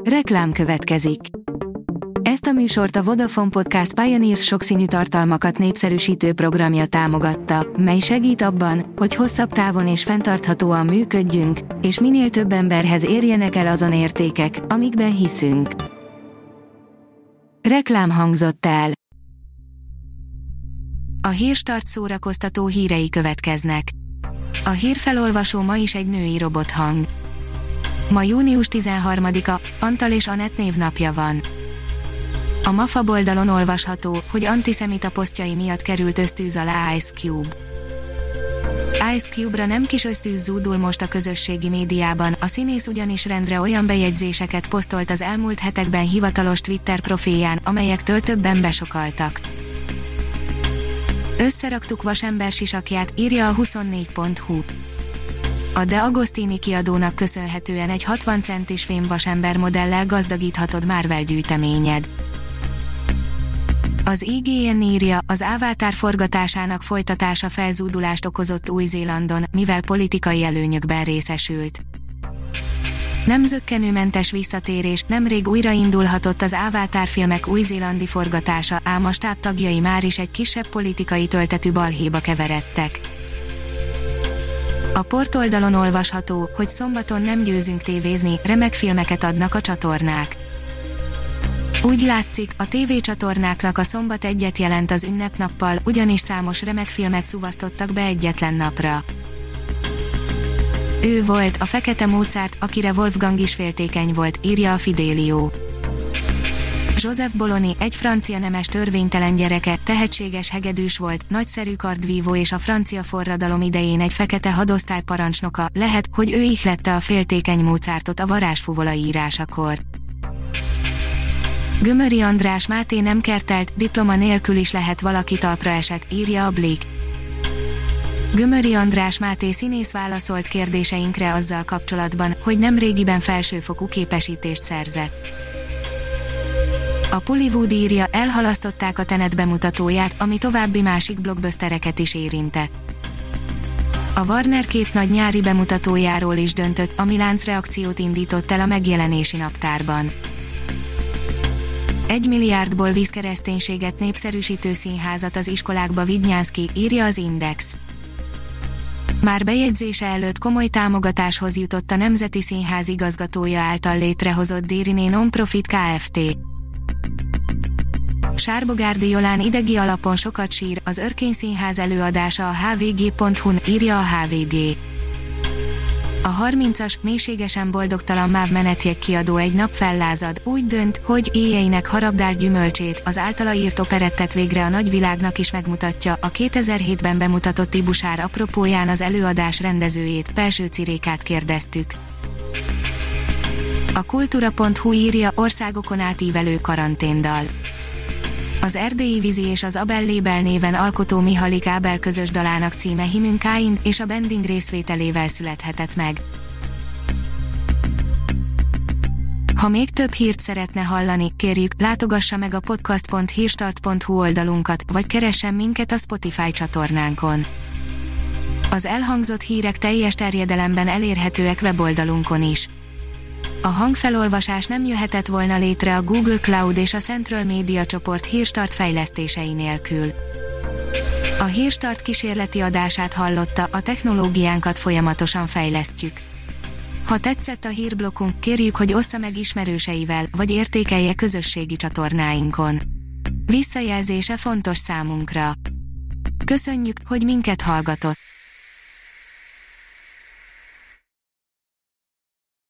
Reklám következik. Ezt a műsort a Vodafone Podcast Pioneers sokszínű tartalmakat népszerűsítő programja támogatta, mely segít abban, hogy hosszabb távon és fenntarthatóan működjünk, és minél több emberhez érjenek el azon értékek, amikben hiszünk. Reklám hangzott el. A Hírstart szórakoztató hírei következnek. A hírfelolvasó ma is egy női robothang. Ma június 13-a, Antal és Anett névnapja van. A MAFA oldalon olvasható, hogy antiszemita posztjai miatt került ösztűz alá Ice Cube. Ice Cube-ra nem kis ösztűz zúdul most a közösségi médiában, a színész ugyanis rendre olyan bejegyzéseket posztolt az elmúlt hetekben hivatalos Twitter profilján, amelyektől többen besokaltak. Összeraktuk Vasember sisakját, írja a 24.hu. A De Agostini kiadónak köszönhetően egy 60 centis fémvasember modellel gazdagíthatod Marvel gyűjteményed. Az IGN írja, az Avatar forgatásának folytatása felzúdulást okozott Új-Zélandon, mivel politikai előnyökben részesült. Nem zökkenőmentes visszatérés, nemrég újraindulhatott az Avatar filmek új-zélandi forgatása, ám a stáb tagjai már is egy kisebb politikai töltetű balhéba keveredtek. A portoldalon olvasható, hogy szombaton nem győzünk tévézni, remek filmeket adnak a csatornák. Úgy látszik, a tévécsatornáknak a szombat egyet jelent az ünnepnappal, ugyanis számos remek filmet szuvasztottak be egyetlen napra. Ő volt a Fekete Mozart, akire Wolfgang is féltékeny volt, írja a Fidelio. Joseph Boloni, egy francia nemes törvénytelen gyereke, tehetséges hegedűs volt, nagyszerű kardvívó és a francia forradalom idején egy fekete hadosztály parancsnoka, lehet, hogy ő ihlette a féltékeny Mozartot a varázsfuvola írásakor. Gömöri András Máté nem kertelt, diploma nélkül is lehet valaki talpra esett, írja a Blick. Gömöri András Máté színész válaszolt kérdéseinkre azzal kapcsolatban, hogy nemrégiben felsőfokú képesítést szerzett. A Pollywood írja, elhalasztották a Tenet bemutatóját, ami további másik blockbustereket is érintett. A Warner két nagy nyári bemutatójáról is döntött, ami láncreakciót indított el a megjelenési naptárban. 1 milliárdból vízkereszténységet népszerűsítő színházat az iskolákba Vidnyánszky, írja az Index. Már bejegyzése előtt komoly támogatáshoz jutott a Nemzeti Színház igazgatója által létrehozott Dériné Nonprofit Kft. Sárbogárdi Jolán idegi alapon sokat sír, az Örkény Színház előadása a hvg.hu-n, írja a HVG. A 30-as, mélységesen boldogtalan MÁV menetjegy kiadó egy nap fellázad, úgy dönt, hogy éjjeinek harabdált gyümölcsét, az általa írt operettet végre a nagyvilágnak is megmutatja, a 2007-ben bemutatott Ibusár apropóján az előadás rendezőjét, Pelső Cirékát kérdeztük. A kultúra.hu írja, országokon átívelő karanténdal. Az Erdélyi Vízi és az Abel Lébel néven alkotó Mihalik Ábel közös dalának címe Himünk Káin, és a Bending részvételével születhetett meg. Ha még több hírt szeretne hallani, kérjük, látogassa meg a podcast.hírstart.hu oldalunkat, vagy keressen minket a Spotify csatornánkon. Az elhangzott hírek teljes terjedelemben elérhetőek weboldalunkon is. A hangfelolvasás nem jöhetett volna létre a Google Cloud és a Central Media csoport Hírstart fejlesztései nélkül. A Hírstart kísérleti adását hallotta, a technológiánkat folyamatosan fejlesztjük. Ha tetszett a hírblokkunk, kérjük, hogy ossza meg ismerőseivel, vagy értékelje közösségi csatornáinkon. Visszajelzése fontos számunkra. Köszönjük, hogy minket hallgatott!